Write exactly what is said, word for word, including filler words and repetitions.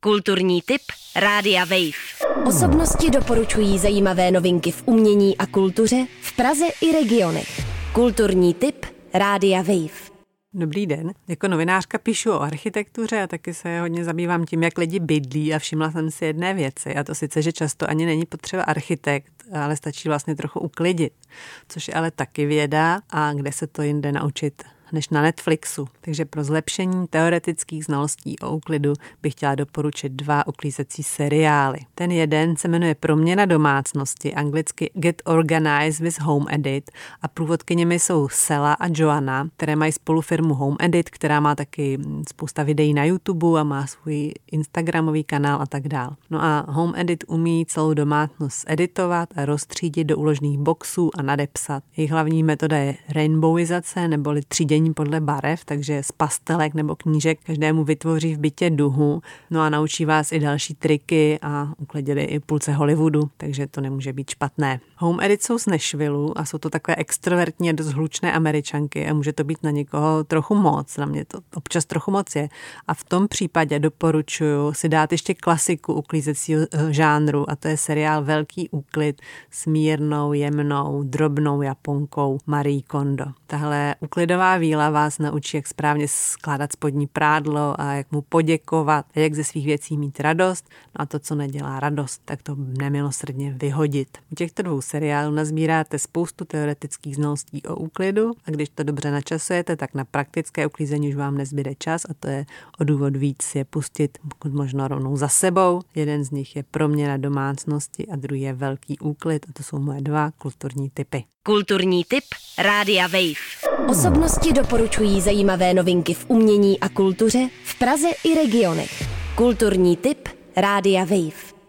Kulturní tip Rádia Wave. Osobnosti doporučují zajímavé novinky v umění a kultuře v Praze i regionech. Kulturní tip Rádia Wave. Dobrý den. Jako novinářka píšu o architektuře a taky se hodně zabývám tím, jak lidi bydlí a všimla jsem si jedné věci. A to sice, že často ani není potřeba architekt, ale stačí vlastně trochu uklidit. Což je ale taky věda a kde se to jinde naučit než na Netflixu. Takže pro zlepšení teoretických znalostí o úklidu bych chtěla doporučit dva uklízecí seriály. Ten jeden se jmenuje Proměna domácnosti, anglicky Get Organized with Home Edit a průvodkyněmi jsou Sela a Joanna, které mají spolu firmu Home Edit, která má taky spousta videí na YouTube a má svůj Instagramový kanál a tak dál. No a Home Edit umí celou domácnost editovat a roztřídit do úložných boxů a nadepsat. Jejich hlavní metoda je rainbowizace neboli třídění podle barev, takže z pastelek nebo knížek každému vytvoří v bytě duhu, no a naučí vás i další triky a uklidili i půlce Hollywoodu, takže to nemůže být špatné. Home Edit jsou z Nashvillu a jsou to takové extrovertní a dost hlučné Američanky a může to být na někoho trochu moc, na mě to občas trochu moc je. A v tom případě doporučuji si dát ještě klasiku uklízecího žánru a to je seriál Velký úklid s mírnou, jemnou, drobnou Japonkou Marie Kondo. Tahle uklidová víla vás naučí, jak správně skládat spodní prádlo a jak mu poděkovat a jak ze svých věcí mít radost. No a to, co nedělá radost, tak to nemilosrdně vyhodit. U těchto dvou seriálů nazbíráte spoustu teoretických znalostí o úklidu a když to dobře načasujete, tak na praktické uklízení už vám nezbyde čas a to je o důvod víc je pustit pokud možno rovnou za sebou. Jeden z nich je Proměna domácnosti a druhý je Velký úklid a to jsou moje dva kulturní tipy. Kulturní tip Rádia Wave. Osobnosti doporučují zajímavé novinky v umění a kultuře v Praze i regionech. Kulturní tip Rádia Wave.